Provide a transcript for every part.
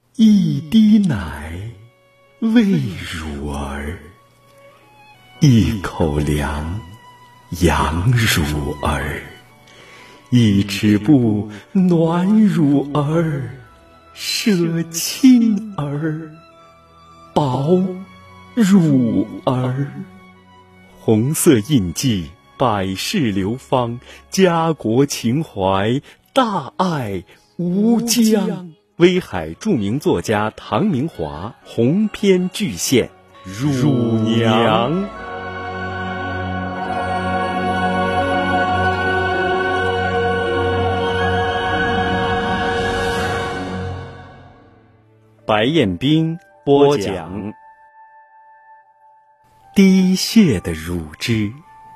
一滴奶喂乳儿，一口粮养乳儿，一尺布暖乳儿，舍亲儿保乳儿。红色印记，百世流芳，家国情怀，大爱无疆。威海著名作家唐明华鸿篇巨献《乳娘》。白彦斌播讲。滴血的乳汁。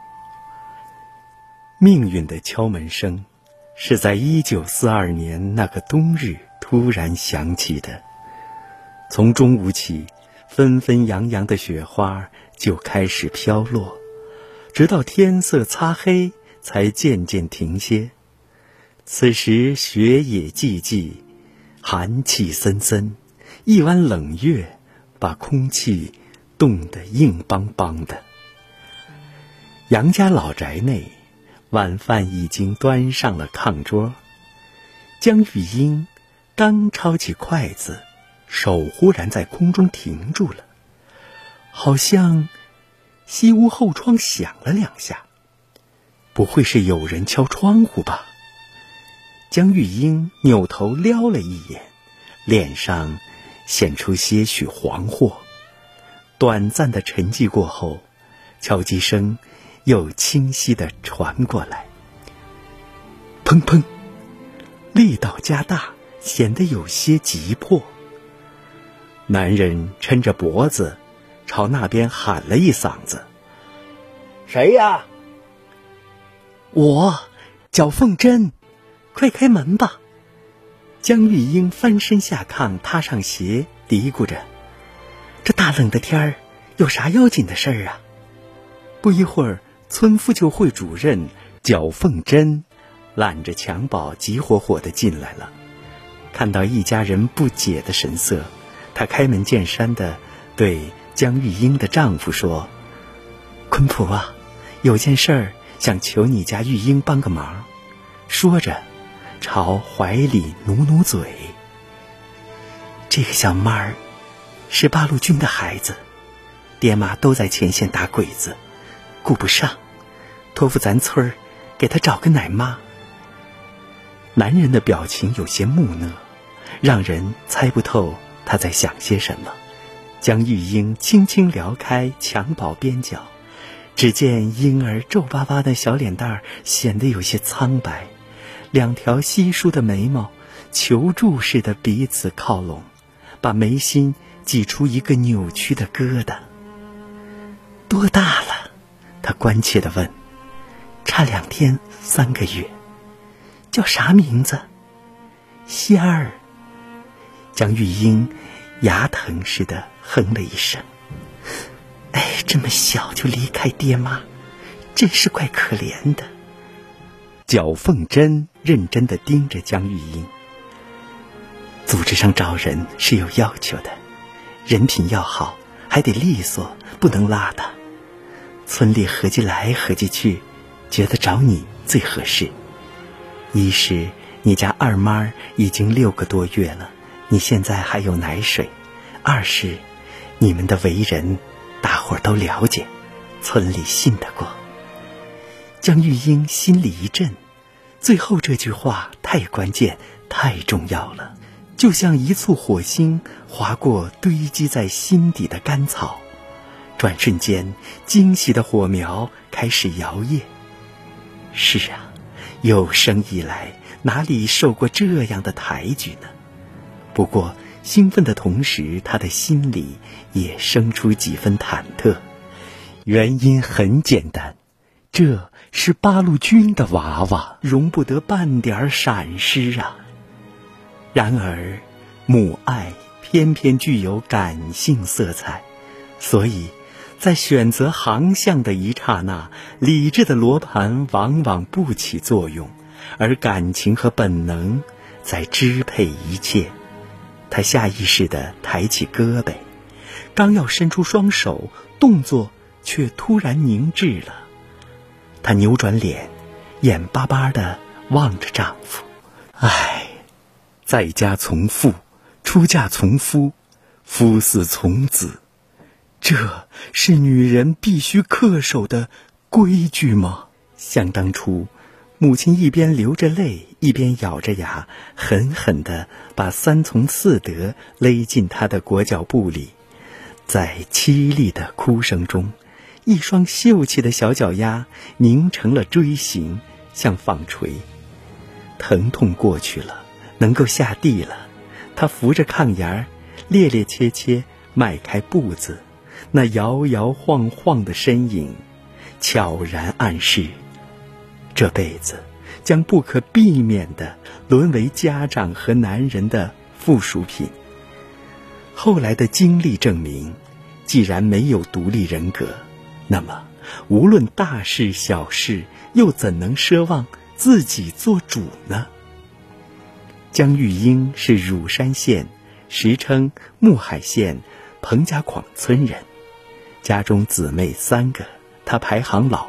命运的敲门声是在1942年那个冬日突然响起的。从中午起，纷纷扬扬的雪花就开始飘落，直到天色擦黑才渐渐停歇。此时雪也寂寂，寒气森森，一弯冷月把空气冻得硬邦邦的。杨家老宅内，晚饭已经端上了炕桌。江玉英刚抄起筷子，手忽然在空中停住了，好像西屋后窗响了2下。不会是有人敲窗户吧？江玉英扭头撩了一眼，脸上显出些许惶惑。短暂的沉寂过后，敲击声又清晰地传过来。砰砰，力道加大，显得有些急迫。男人抻着脖子朝那边喊了一嗓子：“ 谁呀？”“ 我，脚凤珍，快开门吧。”江玉英翻身下炕，踏上鞋，嘀咕着：“这大冷的天儿，有啥要紧的事儿啊？”不一会儿，村妇救会主任脚凤珍揽着襁褓急火火地进来了。看到一家人不解的神色，她开门见山地对江玉英的丈夫说：“坤婆啊，有件事儿想求你家玉英帮个忙。”说着朝怀里努努嘴。这个小妹儿是八路军的孩子，爹妈都在前线打鬼子，顾不上，托付咱村儿给她找个奶妈。男人的表情有些木讷，让人猜不透他在想些什么。江玉英轻轻撩开襁褓边角，只见婴儿皱巴巴的小脸蛋儿显得有些苍白，2条稀疏的眉毛求助似的彼此靠拢，把眉心挤出一个扭曲的疙瘩。“多大了？”他关切地问。“差2天3个月。”“叫啥名字？”“仙儿。”江玉英牙疼似的哼了一声。“哎，这么小就离开爹妈，真是怪可怜的。”脚凤珍认真地盯着江玉英。“组织上招人是有要求的，人品要好，还得利索，不能邋遢。村里合计来合计去，觉得找你最合适。一是你家二妈已经6个多月了，你现在还有奶水；二是你们的为人，大伙儿都了解，村里信得过。”江玉英心里一震，最后这句话太关键，太重要了，就像一簇火星划过堆积在心底的干草，转瞬间，惊喜的火苗开始摇曳。是啊，有生以来哪里受过这样的抬举呢？不过兴奋的同时，他的心里也生出几分忐忑。原因很简单，这是八路军的娃娃，容不得半点闪失啊。然而母爱偏偏具有感性色彩，所以在选择航向的一刹那，理智的罗盘往往不起作用，而感情和本能在支配一切。 她下意识地抬起胳膊，刚要伸出双手，动作却突然凝滞了。她扭转脸，眼巴巴地望着丈夫。唉，在家从父，出嫁从夫，夫死从子，这是女人必须恪守的规矩吗？想当初，母亲一边流着泪，一边咬着牙，狠狠地把3从4德勒进她的裹脚布里。在凄厉的哭声中，一双秀气的小脚丫拧成了锥形，像纺锤。疼痛过去了，能够下地了，她扶着炕沿，趔趔趄趄迈开步子，那摇摇晃晃的身影悄然暗示，这辈子将不可避免地沦为家长和男人的附属品。后来的经历证明，既然没有独立人格，那么无论大事小事，又怎能奢望自己做主呢？江玉英是乳山县，时称木海县彭家khoảng村人，家中姊妹3个，她排行老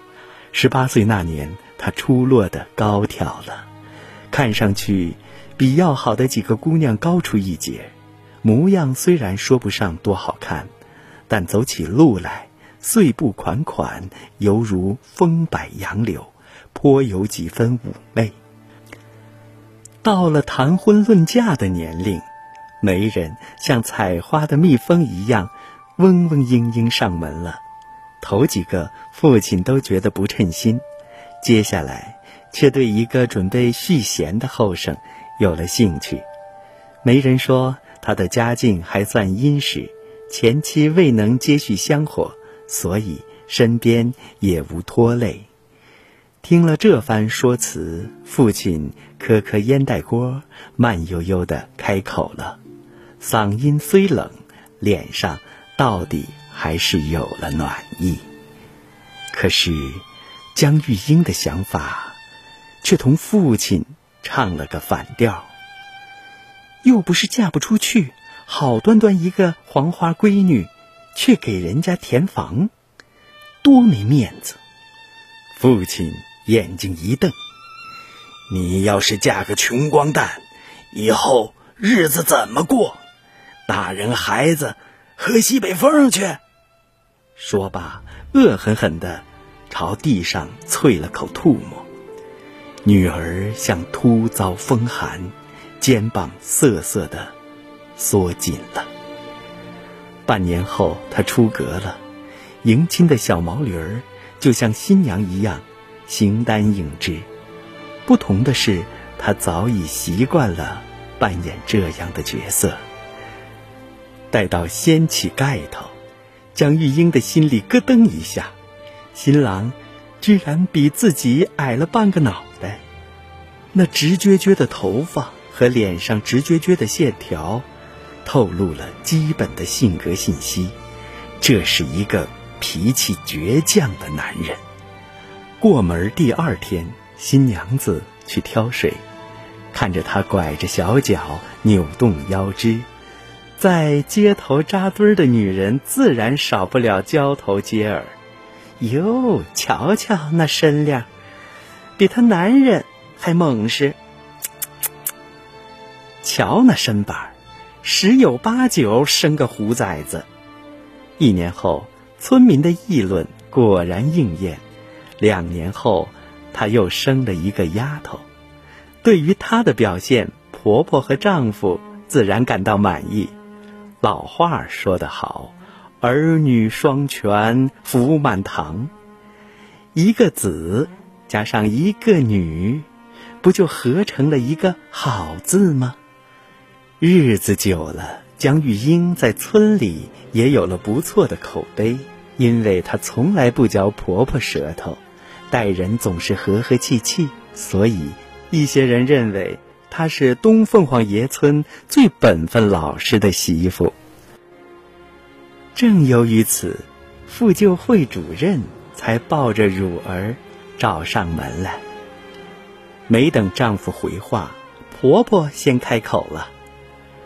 2。18岁那年，她出落得高挑了，看上去比要好的几个姑娘高出一截。模样虽然说不上多好看，但走起路来碎步款款，犹如风摆杨柳，颇有几分妩媚。到了谈婚论嫁的年龄，媒人像采花的蜜蜂一样嗡嗡嘤嘤上门了。头几个父亲都觉得不称心，接下来却对一个准备续弦的后生有了兴趣。媒人说他的家境还算殷实，前妻未能接续香火，所以身边也无拖累。听了这番说辞，父亲磕磕烟袋锅，慢悠悠地开口了，嗓音虽冷，脸上到底还是有了暖意。可是江玉英的想法却同父亲唱了个反调。又不是嫁不出去，好端端一个黄花闺女，却给人家填房，多没面子。父亲眼睛一瞪，你要是嫁个穷光蛋，以后日子怎么过？大人孩子喝西北风去。说罢，恶狠狠地朝地上啐了口唾沫。女儿像突遭风寒，肩膀瑟瑟地缩紧了。半年后，她出阁了，迎亲的小毛驴儿就像新娘一样形单影只。不同的是，她早已习惯了扮演这样的角色。待到掀起盖头，江玉英的心里咯噔一下，新郎居然比自己矮了半个脑袋。那直撅撅的头发和脸上直撅撅的线条透露了基本的性格信息，这是一个脾气倔强的男人。过门第2天，新娘子去挑水，看着他拐着小脚扭动腰肢，在街头扎堆的女人自然少不了交头接耳。哟，瞧瞧那身量，比他男人还猛实。瞧那身板，10有8九生个虎崽子。1年后，村民的议论果然应验。2年后，她又生了一个丫头。对于她的表现，婆婆和丈夫自然感到满意。老话说得好，儿女双全，福满堂。一个子加上一个女，不就合成了一个好字吗？日子久了，江玉英在村里也有了不错的口碑，因为她从来不嚼婆婆舌头，待人总是和和气气，所以一些人认为她是东凤凰爷村最本分老实的媳妇。正由于此，妇救会主任才抱着乳儿找上门来。没等丈夫回话，婆婆先开口了：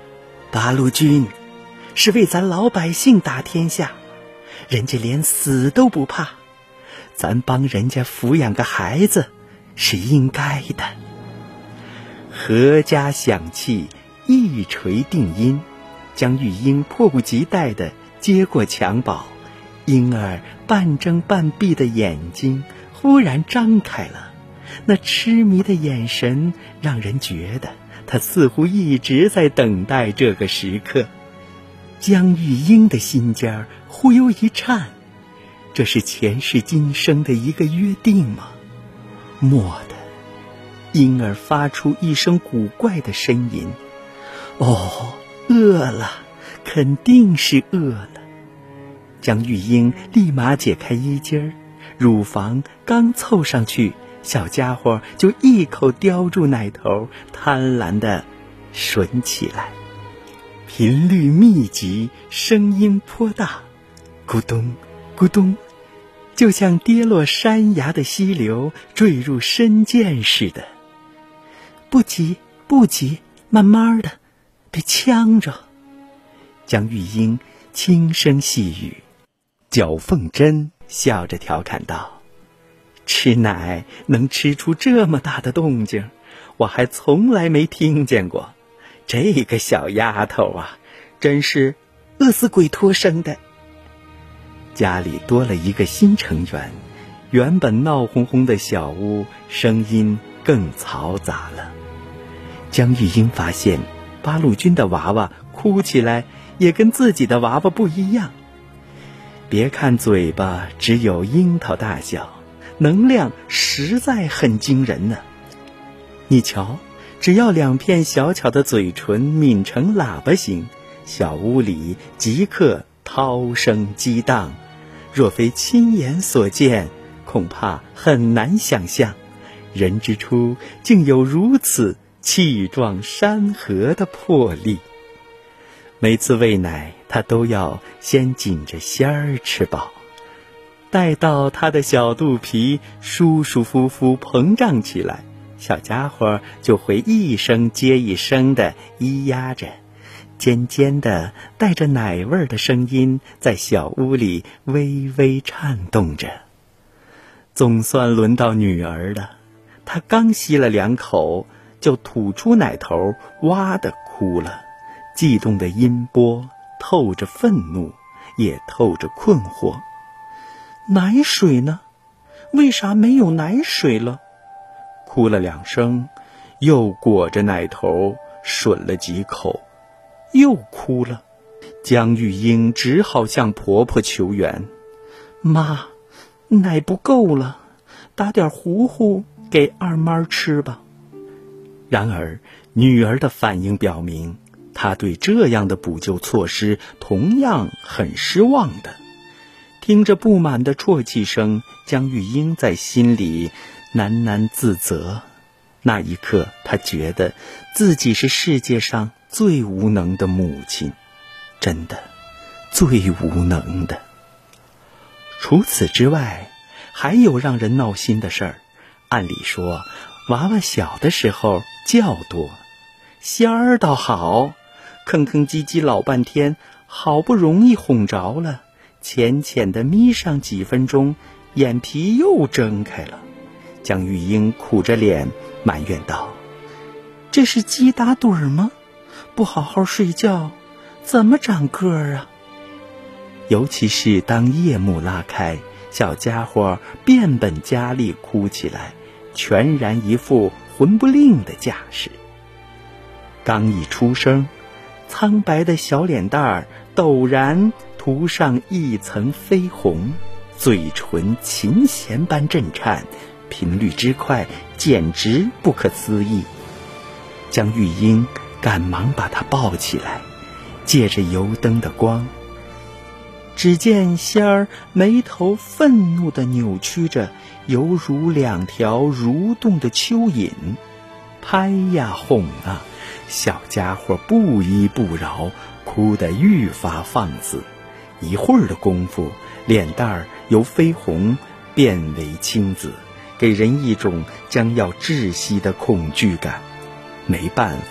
八路军是为咱老百姓打天下，人家连死都不怕，咱帮人家抚养个孩子是应该的。阖家响器，一锤定音。江玉英迫不及待地接过襁褓，婴儿半睁半闭的眼睛忽然张开了，那痴迷的眼神让人觉得他似乎一直在等待这个时刻。江玉英的心尖忽悠一颤，这是前世今生的一个约定吗？蓦地，婴儿发出一声古怪的呻吟，哦，饿了，肯定是饿了。江玉英立马解开衣襟，乳房刚凑上去，小家伙就一口叼住奶头，贪婪地吮起来，频率密集，声音颇大，咕咚咕咚，就像跌落山崖的溪流坠入深涧似的。不急不急，慢慢的，别呛着。江玉英轻声细语。脚凤珍笑着调侃道，吃奶能吃出这么大的动静，我还从来没听见过。这个小丫头啊，真是饿死鬼托生的。家里多了一个新成员，原本闹哄哄的小屋声音更嘈杂了。江玉英发现八路军的娃娃哭起来也跟自己的娃娃不一样。别看嘴巴只有樱桃大小，能量实在很惊人呢。你瞧，只要2片小巧的嘴唇抿成喇叭形，小屋里即刻涛声激荡。若非亲眼所见，恐怕很难想象，人之初竟有如此气壮山河的魄力。每次喂奶，他都要先紧着仙儿吃饱，待到他的小肚皮舒舒服服膨胀起来，小家伙就会一声接一声地咿呀着，尖尖的带着奶味的声音在小屋里微微颤动着。总算轮到女儿了，她刚吸了2口，就吐出奶头，哇地哭了。悸动的音波透着愤怒，也透着困惑。奶水呢？为啥没有奶水了？哭了2声，又裹着奶头吮了几口，又哭了。江玉英只好向婆婆求援，妈，奶不够了，打点糊糊给二妈吃吧。然而女儿的反应表明，她对这样的补救措施同样很失望的。听着不满的啜泣声，江玉英在心里喃喃自责。那一刻，她觉得自己是世界上最无能的母亲，真的最无能的。除此之外，还有让人闹心的事儿。按理说，娃娃小的时候觉多，仙儿倒好，吭吭唧唧老半天，好不容易哄着了，浅浅的眯上几分钟，眼皮又睁开了。江玉英苦着脸埋怨道，这是鸡打盹吗？不好好睡觉，怎么长个儿啊？尤其是当夜幕拉开，小家伙变本加厉哭起来，全然一副魂不吝的架势。刚一出生，苍白的小脸蛋儿陡然涂上一层绯红，嘴唇琴弦般震颤，频率之快简直不可思议。江玉英赶忙把她抱起来，借着油灯的光，只见仙儿眉头愤怒地扭曲着，犹如2条蠕动的蚯蚓，拍呀哄啊，小家伙不依不饶，哭得愈发放肆。一会儿的功夫，脸蛋儿由绯红变为青紫，给人一种将要窒息的恐惧感。没办法，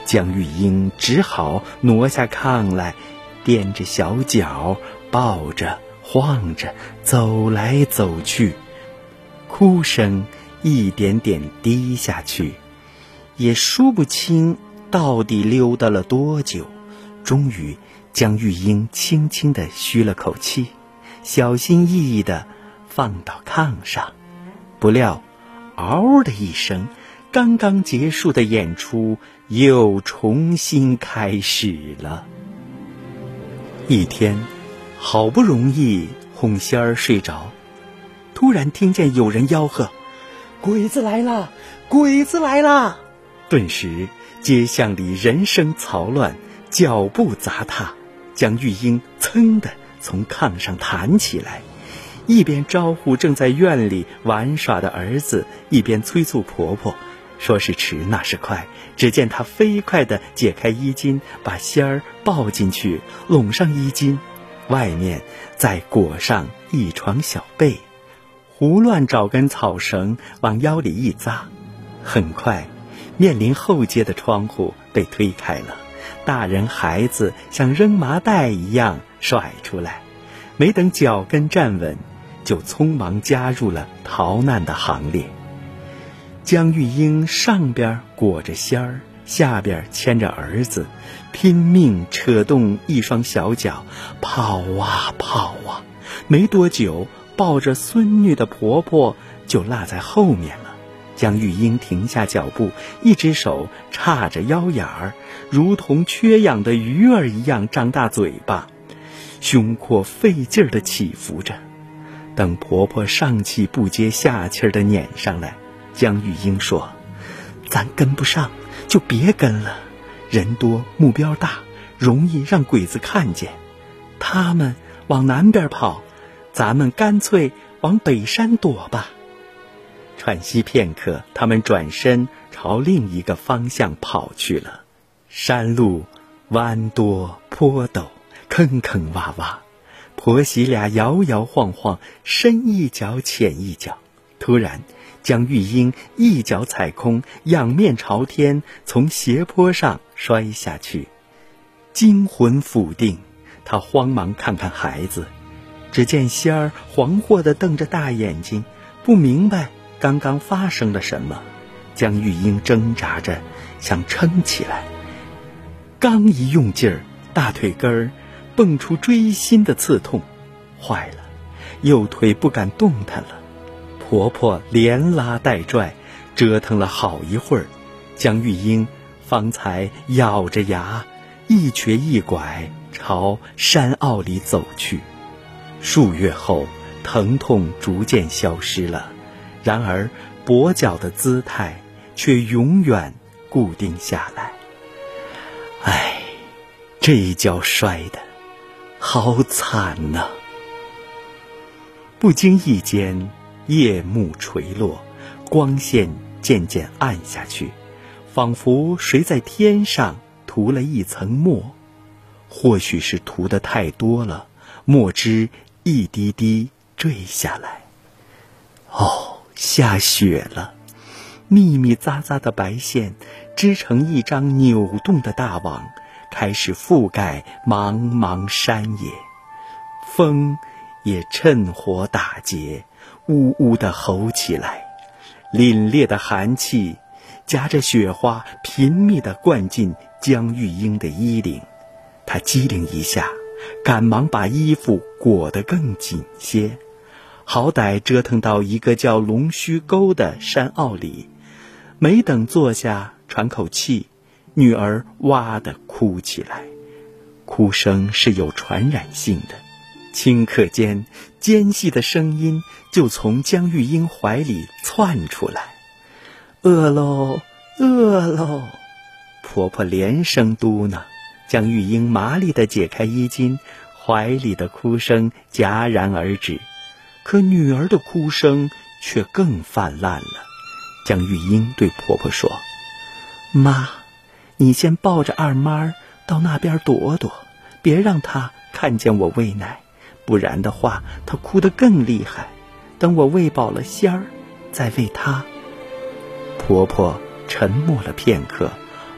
江玉英只好挪下炕来，踮着小脚，抱着晃着走来走去，哭声一点点低下去，也说不清到底溜达了多久。终于江玉英轻轻地吁了口气，小心翼翼地放到炕上。不料嗷的一声，刚刚结束的演出又重新开始了。一天，好不容易哄仙儿睡着，突然听见有人吆喝：“鬼子来了！鬼子来了！”顿时街巷里人声嘈乱，脚步杂踏。江玉英噌地从炕上弹起来，一边招呼正在院里玩耍的儿子，一边催促婆婆。说是迟那是快，只见她飞快地解开衣襟，把仙儿抱进去，拢上衣襟，外面再裹上一床小被，胡乱找根草绳往腰里一扎。很快，面临后街的窗户被推开了，大人孩子像扔麻袋一样甩出来，没等脚跟站稳，就匆忙加入了逃难的行列。江玉英上边裹着仙儿，下边牵着儿子，拼命扯动一双小脚，跑啊跑啊，没多久，抱着孙女的婆婆就落在后面了。江玉英停下脚步，一只手叉着腰眼儿，如同缺氧的鱼儿一样张大嘴巴，胸廓费劲儿地起伏着。等婆婆上气不接下气儿地撵上来，江玉英说：“咱跟不上就别跟了，人多目标大，容易让鬼子看见。他们往南边跑，咱们干脆往北山躲吧。”喘息片刻，他们转身朝另一个方向跑去了。山路弯多坡陡，坑坑洼洼，婆媳俩摇摇晃晃，深一脚浅一脚。突然江玉英一脚踩空，仰面朝天，从斜坡上摔下去。惊魂甫定，她慌忙看看孩子，只见仙儿惶惑地瞪着大眼睛，不明白刚刚发生了什么。江玉英挣扎着想撑起来，刚一用劲儿，大腿根儿蹦出锥心的刺痛，坏了，右腿不敢动弹了。婆婆连拉带拽，折腾了好一会儿，江玉英方才咬着牙一瘸一拐朝山坳里走去。数月后，疼痛逐渐消失了，然而跛脚的姿态却永远固定下来。唉，这一跤摔得好惨呐！不经意间，夜幕垂落，光线渐渐暗下去，仿佛谁在天上涂了一层墨。或许是涂得太多了，墨汁一滴滴坠下来。哦，下雪了，密密匝匝的白线织成一张扭动的大网，开始覆盖茫茫山野。风也趁火打劫，呜呜地吼起来，凛冽的寒气夹着雪花频密地灌进江玉英的衣领。她机灵一下，赶忙把衣服裹得更紧些，好歹折腾到一个叫龙须沟的山坳里。没等坐下喘口气，女儿哇地哭起来，哭声是有传染性的。顷刻间，尖细的声音就从江玉英怀里窜出来：“饿喽，饿喽！”婆婆连声嘟囔。江玉英麻利地解开衣襟，怀里的哭声戛然而止。可女儿的哭声却更泛滥了。江玉英对婆婆说：“妈，你先抱着二妈到那边躲躲，别让她看见我喂奶，不然的话她哭得更厉害。等我喂饱了仙儿，再喂她。”婆婆沉默了片刻，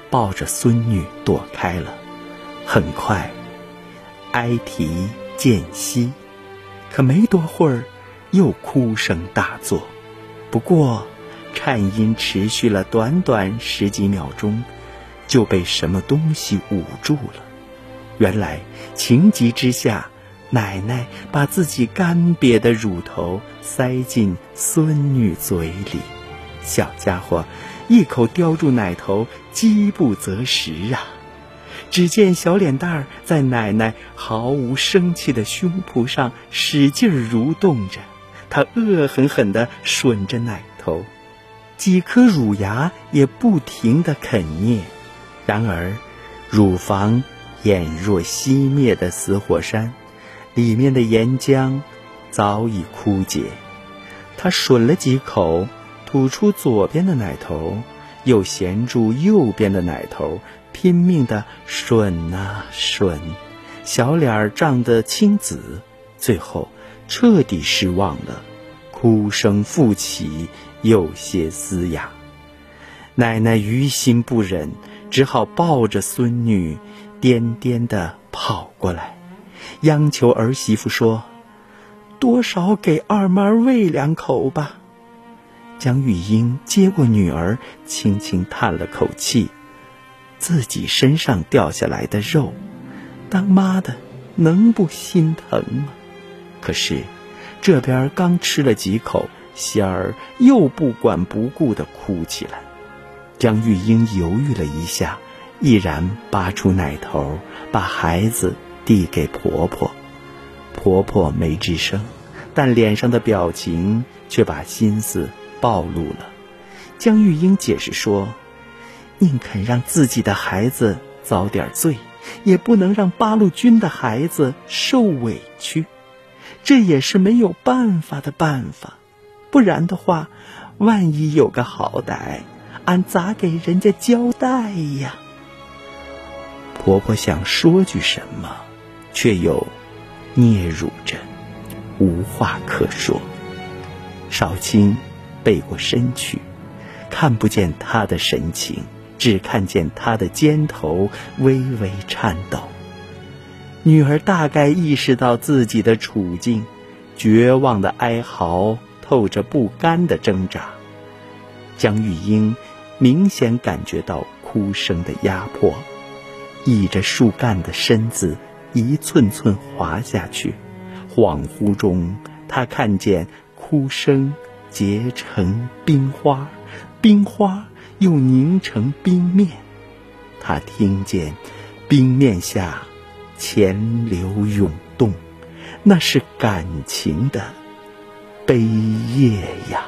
抱着孙女躲开了。很快哀啼渐息，可没多会儿又哭声大作。不过颤音持续了短短10几秒钟，就被什么东西捂住了。原来情急之下，奶奶把自己干瘪的乳头塞进孙女嘴里，小家伙一口叼住奶头，饥不择食啊！只见小脸蛋儿在奶奶毫无生气的胸脯上使劲蠕动着，他恶狠狠地吮着奶头，几颗乳牙也不停地啃啮。然而乳房俨若熄灭的死火山，里面的岩浆早已枯竭。他吮了几口，吐出左边的奶头，又衔住右边的奶头，拼命地吮啊吮，小脸涨得青紫，最后彻底失望了，哭声复起，有些嘶哑。奶奶于心不忍，只好抱着孙女颠颠地跑过来，央求儿媳妇说：“多少给二妈喂2口吧。”江玉英接过女儿，轻轻叹了口气，自己身上掉下来的肉，当妈的能不心疼吗？可是这边刚吃了几口，仙儿又不管不顾地哭起来。江玉英犹豫了一下，毅然拔出奶头，把孩子递给婆婆。婆婆没吱声，但脸上的表情却把心思暴露了。江玉英解释说，宁肯让自己的孩子遭点罪，也不能让八路军的孩子受委屈，这也是没有办法的办法。不然的话，万一有个好歹，俺咋给人家交代呀？婆婆想说句什么，却又嗫嚅着，无话可说。少卿背过身去，看不见她的神情，只看见她的肩头微微颤抖。女儿大概意识到自己的处境，绝望的哀嚎透着不甘的挣扎。江玉英明显感觉到哭声的压迫，倚着树干的身子一寸寸滑下去。恍惚中，她看见哭声结成冰花，冰花又凝成冰面。她听见冰面下钱流涌动，那是感情的悲夜呀。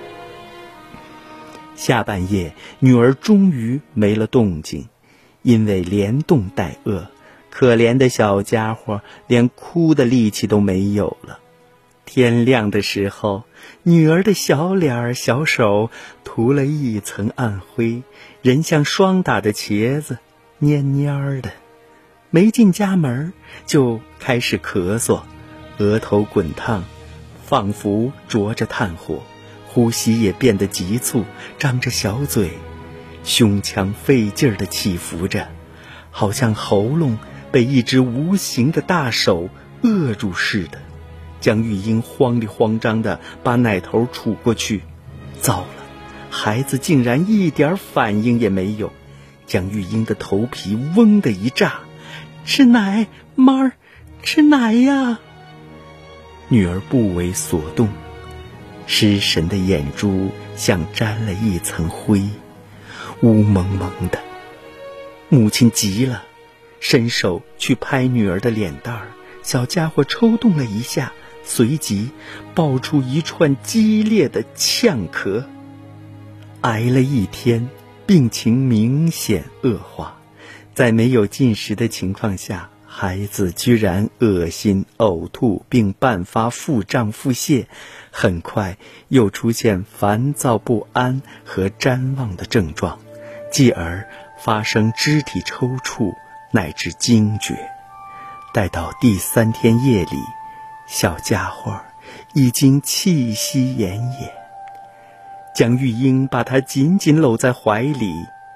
下半夜，女儿终于没了动静，因为连冻带饿，可怜的小家伙连哭的力气都没有了。天亮的时候，女儿的小脸小手涂了一层暗灰，人像霜打的茄子，蔫蔫的。没进家门就开始咳嗽，额头滚烫，仿佛着着炭火，呼吸也变得急促，张着小嘴，胸腔费劲地起伏着，好像喉咙被一只无形的大手扼住似的。江玉英慌里慌张地把奶头杵过去，糟了，孩子竟然一点反应也没有。江玉英的头皮嗡的一炸，吃奶，妈儿，吃奶呀！女儿不为所动，失神的眼珠像沾了一层灰，乌蒙蒙的。母亲急了，伸手去拍女儿的脸蛋儿，小家伙抽动了一下，随即爆出一串激烈的呛咳。挨了一天，病情明显恶化，在没有进食的情况下，孩子居然恶心、呕吐，并伴发腹胀、腹泻，很快又出现烦躁不安和谵妄的症状，继而发生肢体抽搐乃至惊厥。待到第3天夜里，小家伙已经气息奄奄。江玉英把他紧紧搂在怀里，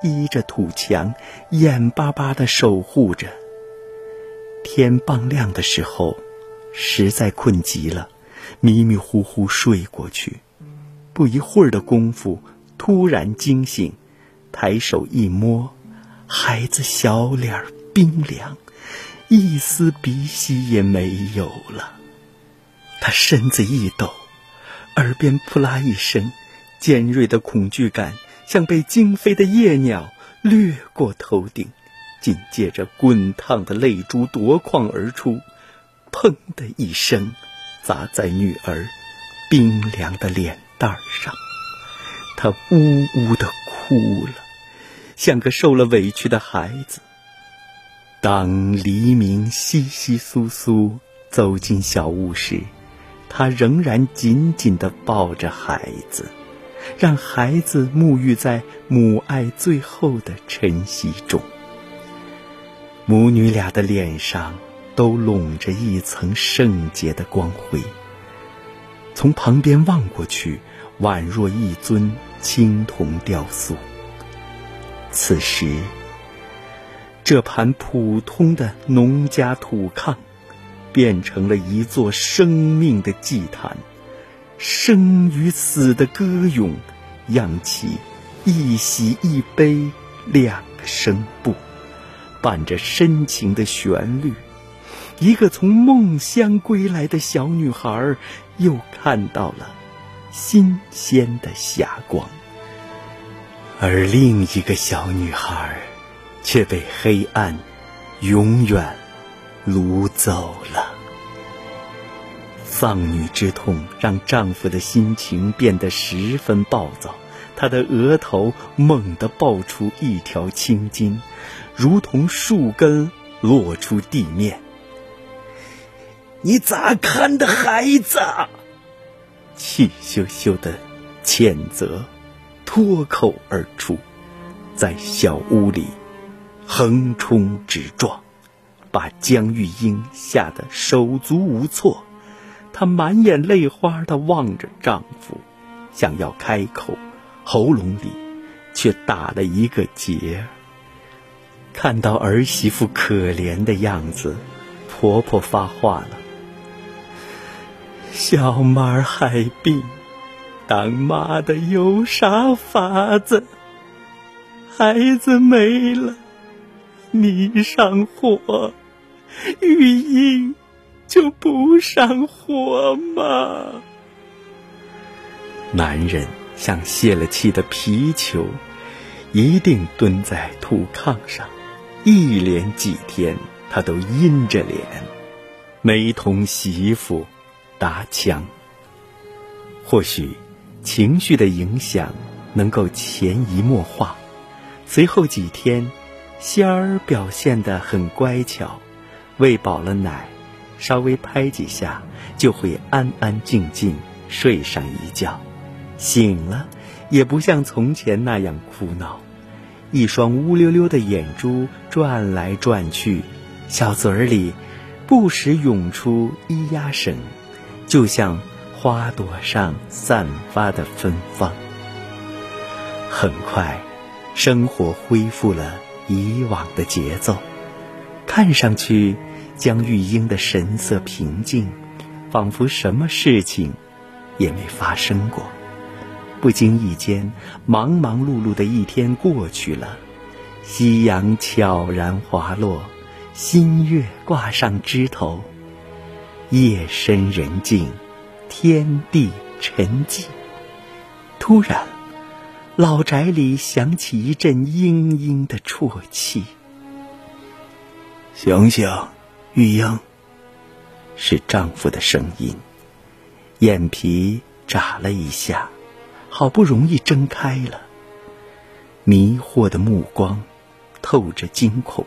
依着土墙，眼巴巴地守护着。天傍亮的时候，实在困极了，迷迷糊糊睡过去。不一会儿的功夫，突然惊醒，抬手一摸，孩子小脸冰凉，一丝鼻息也没有了。他身子一抖，耳边扑啦一声，尖锐的恐惧感像被惊飞的夜鸟掠过头顶，紧接着滚烫的泪珠夺眶而出，砰的一声砸在女儿冰凉的脸蛋上。她呜呜地哭了，像个受了委屈的孩子。当黎明窸窸窣窣走进小屋时，她仍然紧紧地抱着孩子，让孩子沐浴在母爱最后的晨曦中。母女俩的脸上都笼着一层圣洁的光辉，从旁边望过去，宛若一尊青铜雕塑。此时，这盘普通的农家土炕变成了一座生命的祭坛，生与死的歌咏扬起一喜一悲两个声部，伴着深情的旋律。一个从梦乡归来的小女孩又看到了新鲜的霞光，而另一个小女孩却被黑暗永远掳走了。丧女之痛让丈夫的心情变得十分暴躁，他的额头猛地爆出一条青筋，如同树根落出地面。你咋看的孩子？气咻咻的谴责脱口而出，在小屋里横冲直撞，把江玉英吓得手足无措。她满眼泪花地望着丈夫，想要开口，喉咙里却打了一个结。看到儿媳妇可怜的样子，婆婆发话了：小妈害病，当妈的有啥法子？孩子没了，你上火，玉英就不上火吗？男人像泄了气的皮球，一定蹲在土炕上，一连几天他都阴着脸，没同媳妇搭腔。或许情绪的影响能够潜移默化，随后几天仙儿表现得很乖巧，喂饱了奶，稍微拍几下就会安安静静睡上一觉，醒了也不像从前那样哭闹，一双乌溜溜的眼珠转来转去，小嘴儿里不时涌出咿呀声，就像花朵上散发的芬芳。很快，生活恢复了以往的节奏，看上去江玉英的神色平静，仿佛什么事情也没发生过。不经意间，忙忙碌碌的一天过去了，夕阳悄然滑落，新月挂上枝头，夜深人静，天地沉寂。突然，老宅里响起一阵嘤嘤的啜泣。醒醒，玉英，是丈夫的声音。眼皮眨了一下，好不容易睁开了，迷惑的目光透着惊恐。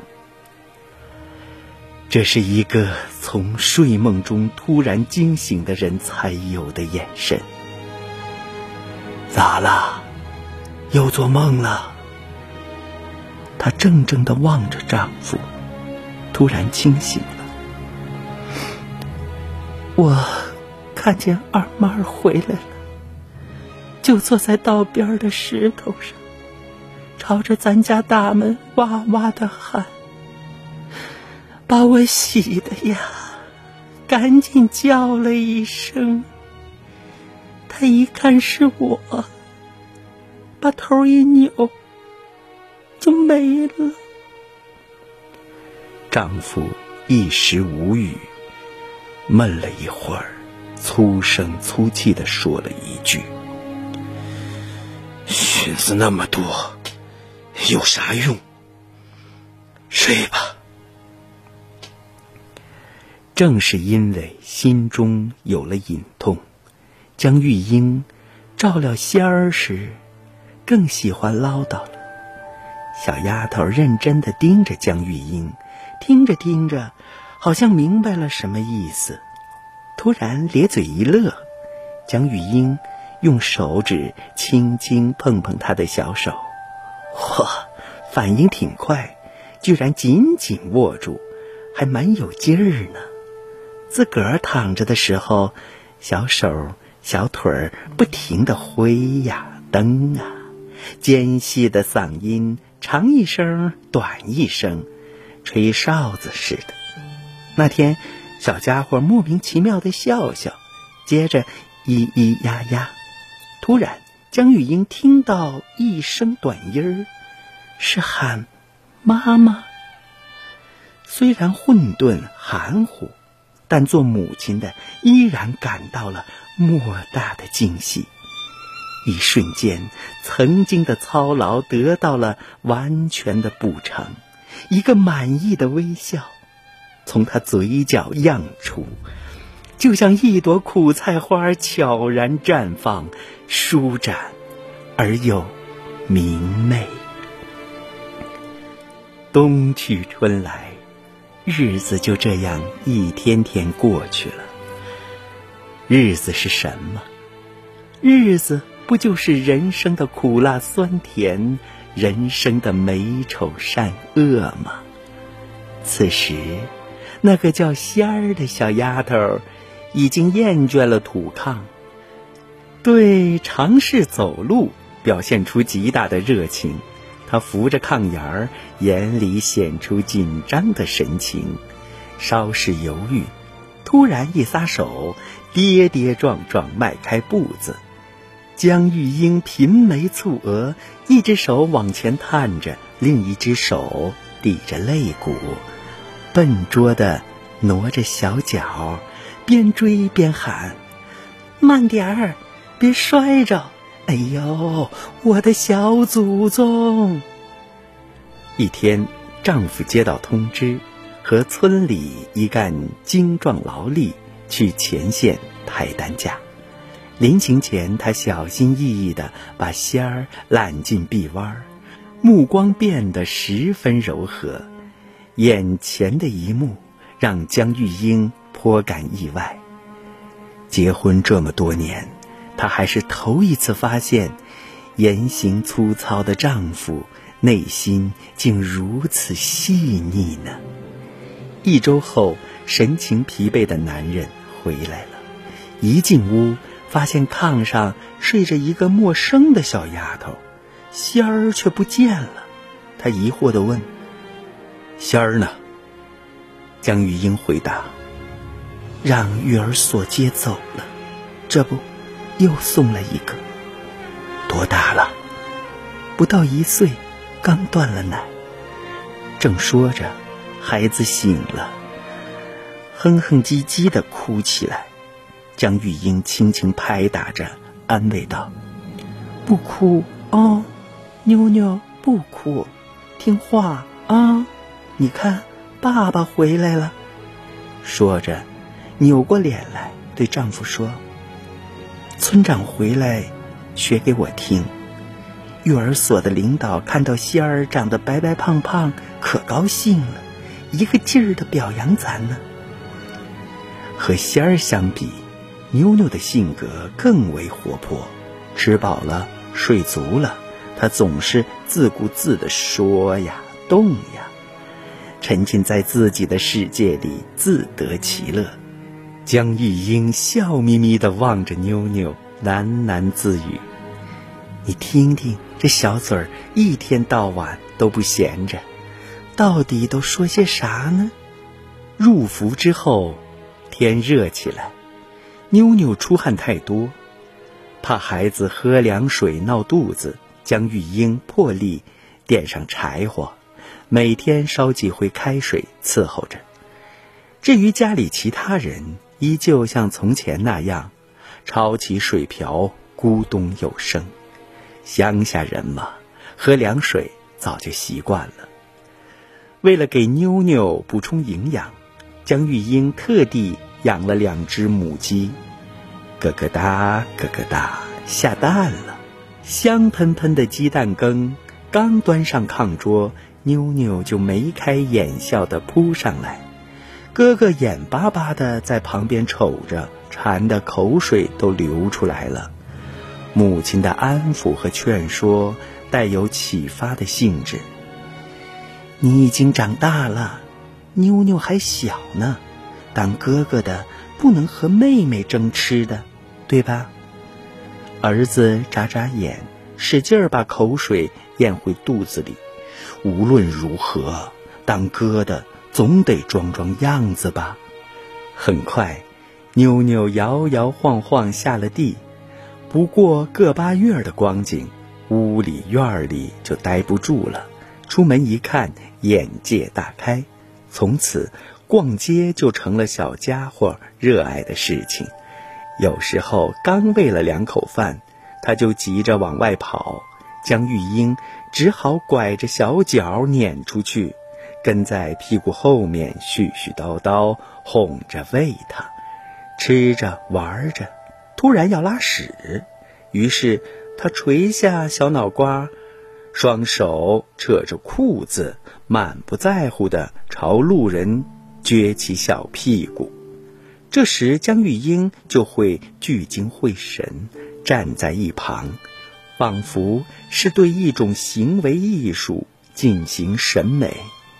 这是一个从睡梦中突然惊醒的人才有的眼神。咋了？又做梦了？她怔怔地望着丈夫，突然清醒了。我看见二妈回来了，就坐在道边的石头上， 朝着咱家大门哇哇地喊，把我喜的呀，赶紧叫了一声。他一看是我，把头一扭，就没了。丈夫一时无语，闷了一会儿，粗声粗气地说了一句： 寻思那么多有啥用？睡吧。 正是因为心中有了隐痛，江玉英照料仙儿时更喜欢唠叨了。小丫头认真地盯着江玉英，听着听着，好像明白了什么意思，突然咧嘴一乐。江玉英用手指轻轻碰碰她的小手，哇，反应挺快，居然紧紧握住，还蛮有劲儿呢。自个儿躺着的时候，小手小腿儿不停地挥呀蹬啊，尖细的嗓音长一声短一声，吹哨子似的。那天小家伙莫名其妙地笑笑，接着咿咿呀呀。突然江玉英听到一声短音儿，是喊妈妈。虽然混沌含糊，但做母亲的依然感到了莫大的惊喜。一瞬间，曾经的操劳得到了完全的补偿，一个满意的微笑从他嘴角漾出，就像一朵苦菜花悄然绽放，舒展而又明媚。冬去春来，日子就这样一天天过去了。日子是什么？日子不就是人生的苦辣酸甜，人生的美丑善恶吗？此时那个叫仙儿的小丫头已经厌倦了土炕，对尝试走路表现出极大的热情。她扶着炕沿儿，眼里显出紧张的神情，稍事犹豫，突然一撒手，跌跌撞撞迈开步子。江玉英颦眉蹙额，一只手往前探着，另一只手抵着肋骨，笨拙地挪着小脚，边追边喊：慢点儿，别摔着！哎呦，我的小祖宗！一天，丈夫接到通知，和村里一干精壮劳力去前线抬担架。临行前，他小心翼翼地把仙儿揽进臂弯，目光变得十分柔和。眼前的一幕让江玉英颇感意外。结婚这么多年，她还是头一次发现，言行粗糙的丈夫内心竟如此细腻呢。1周后，神情疲惫的男人回来了，一进屋发现炕上睡着一个陌生的小丫头，仙儿却不见了。他疑惑地问：仙儿呢？江玉英回答：让育儿所接走了，这不又送了一个。多大了？不到1岁，刚断了奶。正说着，孩子醒了，哼哼唧唧地哭起来。江玉英轻轻拍打着，安慰道：不哭哦，妞妞不哭，听话啊，你看爸爸回来了。说着扭过脸来对丈夫说：村长回来学给我听。育儿所的领导看到仙儿长得白白胖胖，可高兴了，一个劲儿地表扬咱呢。和仙儿相比，妞妞的性格更为活泼，吃饱了睡足了，她总是自顾自地说呀动呀，沉浸在自己的世界里自得其乐。江玉英笑眯眯地望着妞妞，喃喃自语： 你听听，这小嘴儿一天到晚都不闲着，到底都说些啥呢？入伏之后，天热起来，妞妞出汗太多，怕孩子喝凉水闹肚子，江玉英破例点上柴火，每天烧几回开水伺候着。至于家里其他人，依旧像从前那样抄起水瓢咕咚有声。乡下人嘛，喝凉水早就习惯了。为了给妞妞补充营养，江玉英特地养了2只母鸡，咯咯哒咯咯哒下蛋了。香喷喷的鸡蛋羹刚端上炕桌，妞妞就眉开眼笑地扑上来，哥哥眼巴巴地在旁边瞅着，馋得口水都流出来了。母亲的安抚和劝说带有启发的性质。你已经长大了，妞妞还小呢，当哥哥的不能和妹妹争吃的，对吧？儿子眨眨眼，使劲儿把口水咽回肚子里。无论如何，当哥的总得装装样子吧。很快，妞妞摇摇晃晃下了地，不过个把月的光景，屋里院里就待不住了。出门一看，眼界大开，从此逛街就成了小家伙热爱的事情。有时候刚喂了2口饭，他就急着往外跑，江玉英只好拐着小脚撵出去，跟在屁股后面絮絮叨叨哄着喂他。吃着玩着，突然要拉屎，于是他垂下小脑瓜，双手扯着裤子，满不在乎地朝路人撅起小屁股。这时江玉英就会聚精会神站在一旁，仿佛是对一种行为艺术进行审美。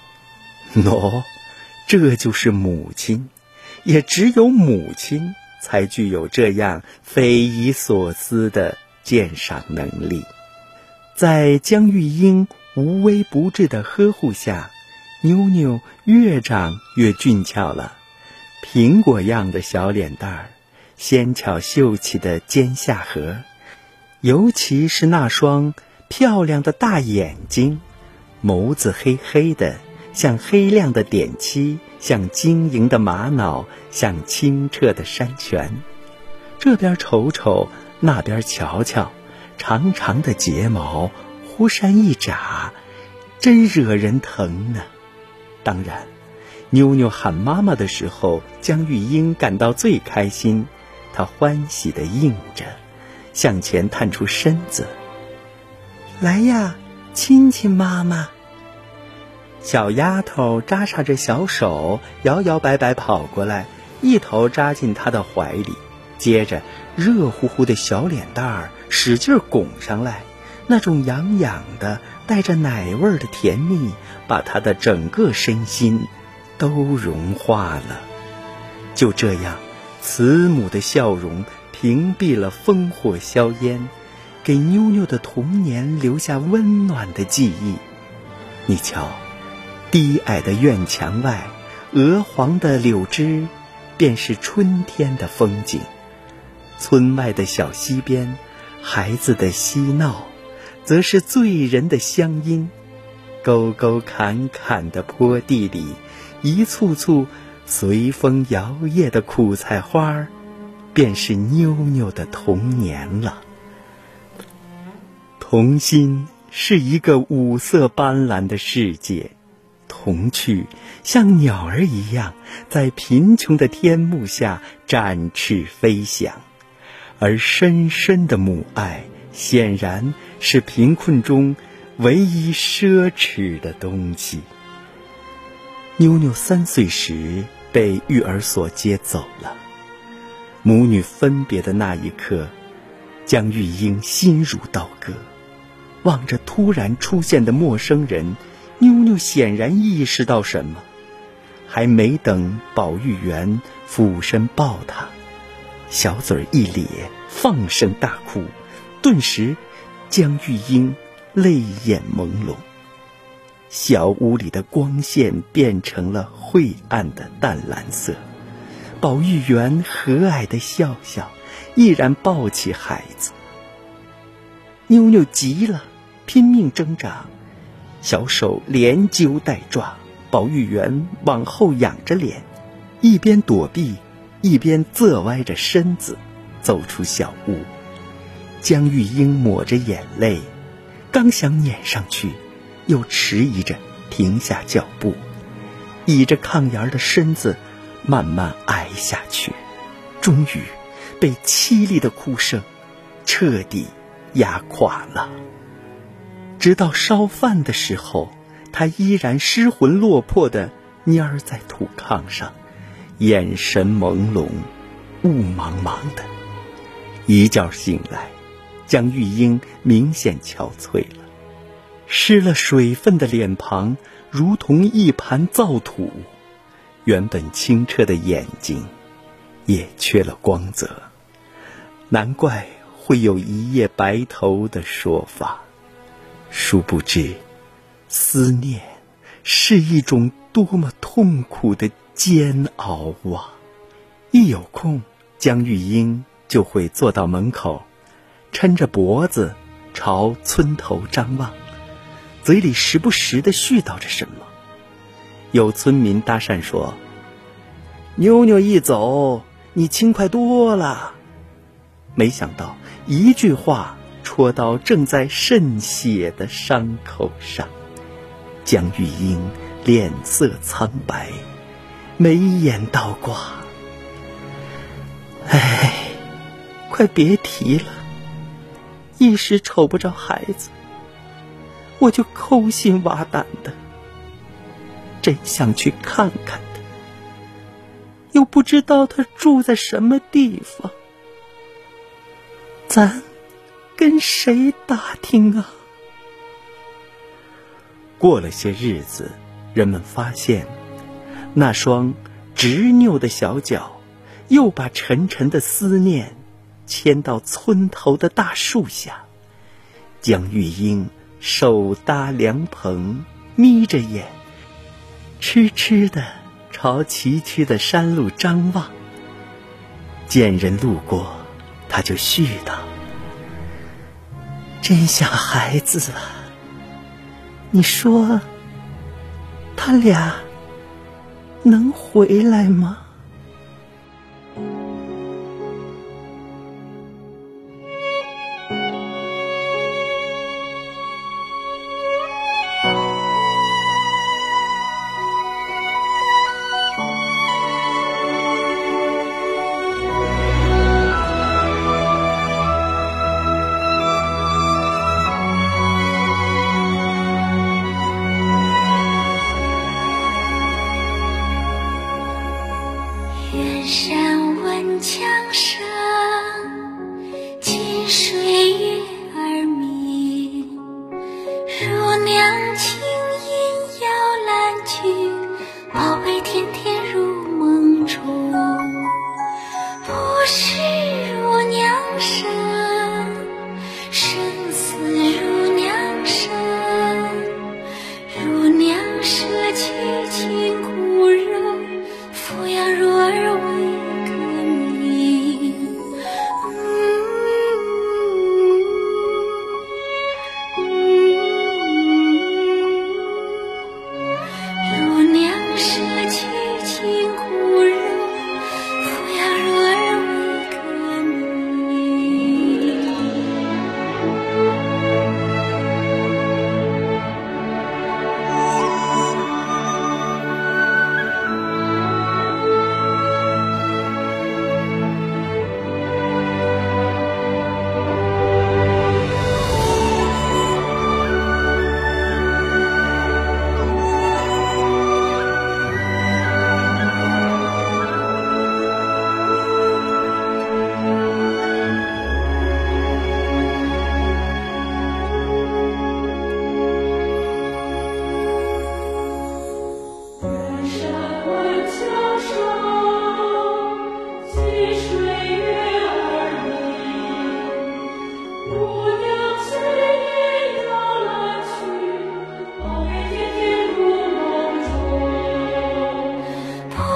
这就是母亲，也只有母亲才具有这样匪夷所思的鉴赏能力。在江玉英无微不至的呵护下，妞妞越长越俊俏了。苹果样的小脸蛋儿，纤巧秀气的尖下颌，尤其是那双漂亮的大眼睛，眸子黑黑的，像黑亮的点漆，像晶莹的玛瑙，像清澈的山泉。这边瞅瞅，那边瞧瞧，长长的睫毛忽闪一眨，真惹人疼呢。当然，妞妞喊妈妈的时候，江玉英感到最开心，她欢喜地应着，向前探出身子，来呀，亲亲妈妈。小丫头扎上着小手，摇摇摆摆跑过来，一头扎进她的怀里，接着热乎乎的小脸蛋儿使劲拱上来，那种痒痒的带着奶味儿的甜蜜，把她的整个身心都融化了。就这样，慈母的笑容屏蔽了烽火硝烟，给妞妞的童年留下温暖的记忆。你瞧，低矮的院墙外，鹅黄的柳枝便是春天的风景。村外的小溪边，孩子的嬉闹则是醉人的乡音。沟沟坎坎的坡地里，一簇簇随风摇曳的苦菜花，便是妞妞的童年了。童心是一个五色斑斓的世界，童趣像鸟儿一样在贫穷的天幕下展翅飞翔，而深深的母爱显然是贫困中唯一奢侈的东西。妞妞3岁时被育儿所接走了，母女分别的那一刻，江玉英心如刀割。望着突然出现的陌生人，妞妞显然意识到什么，还没等保育员俯身抱她，小嘴一咧，放声大哭，顿时江玉英泪眼朦胧，小屋里的光线变成了晦暗的淡蓝色。保育员和蔼地笑笑，毅然抱起孩子。妞妞急了，拼命挣扎，小手连揪带抓，保育员往后仰着脸，一边躲避，一边侧歪着身子走出小屋。江玉英抹着眼泪，刚想撵上去，又迟疑着停下脚步，倚着炕沿的身子慢慢挨下去，终于被凄厉的哭声彻底压垮了。直到烧饭的时候，他依然失魂落魄地蔫在土炕上，眼神朦胧，雾茫茫的。一觉醒来，江玉英明显憔悴了，失了水分的脸庞如同一盘燥土，原本清澈的眼睛也缺了光泽。难怪会有一夜白头的说法，殊不知思念是一种多么痛苦的煎熬啊！一有空，江玉英就会坐到门口，抻着脖子朝村头张望，嘴里时不时地絮叨着什么。有村民搭讪说：“妞妞一走，你轻快多了。”没想到一句话戳到正在渗血的伤口上，江玉英脸色苍白，眉眼倒挂。哎，快别提了，一时瞅不着孩子，我就抠心挖胆的，真想去看看他，又不知道他住在什么地方，咱跟谁打听啊？过了些日子，人们发现那双执拗的小脚又把沉沉的思念牵到村头的大树下。江玉英手搭凉棚，眯着眼，痴痴地朝崎岖的山路张望。见人路过，他就絮叨：“真像孩子啊，你说他俩能回来吗？” 远山闻枪声，近水月儿明。如娘轻吟摇篮曲，宝贝甜甜入梦中。不是如娘生，生死如娘生。如娘舍弃亲骨肉，抚养乳儿为革命。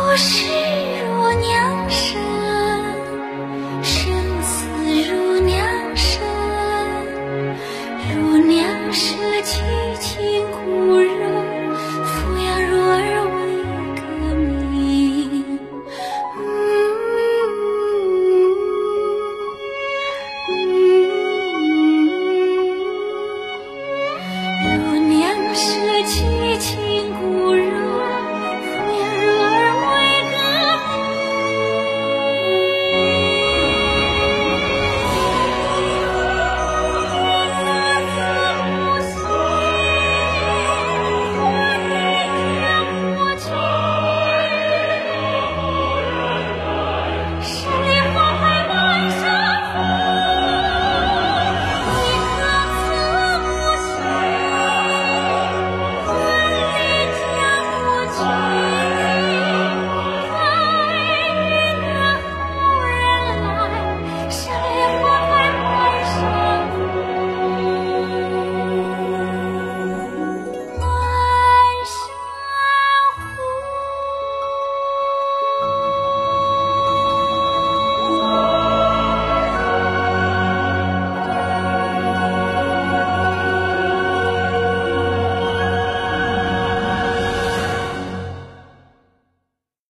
故事。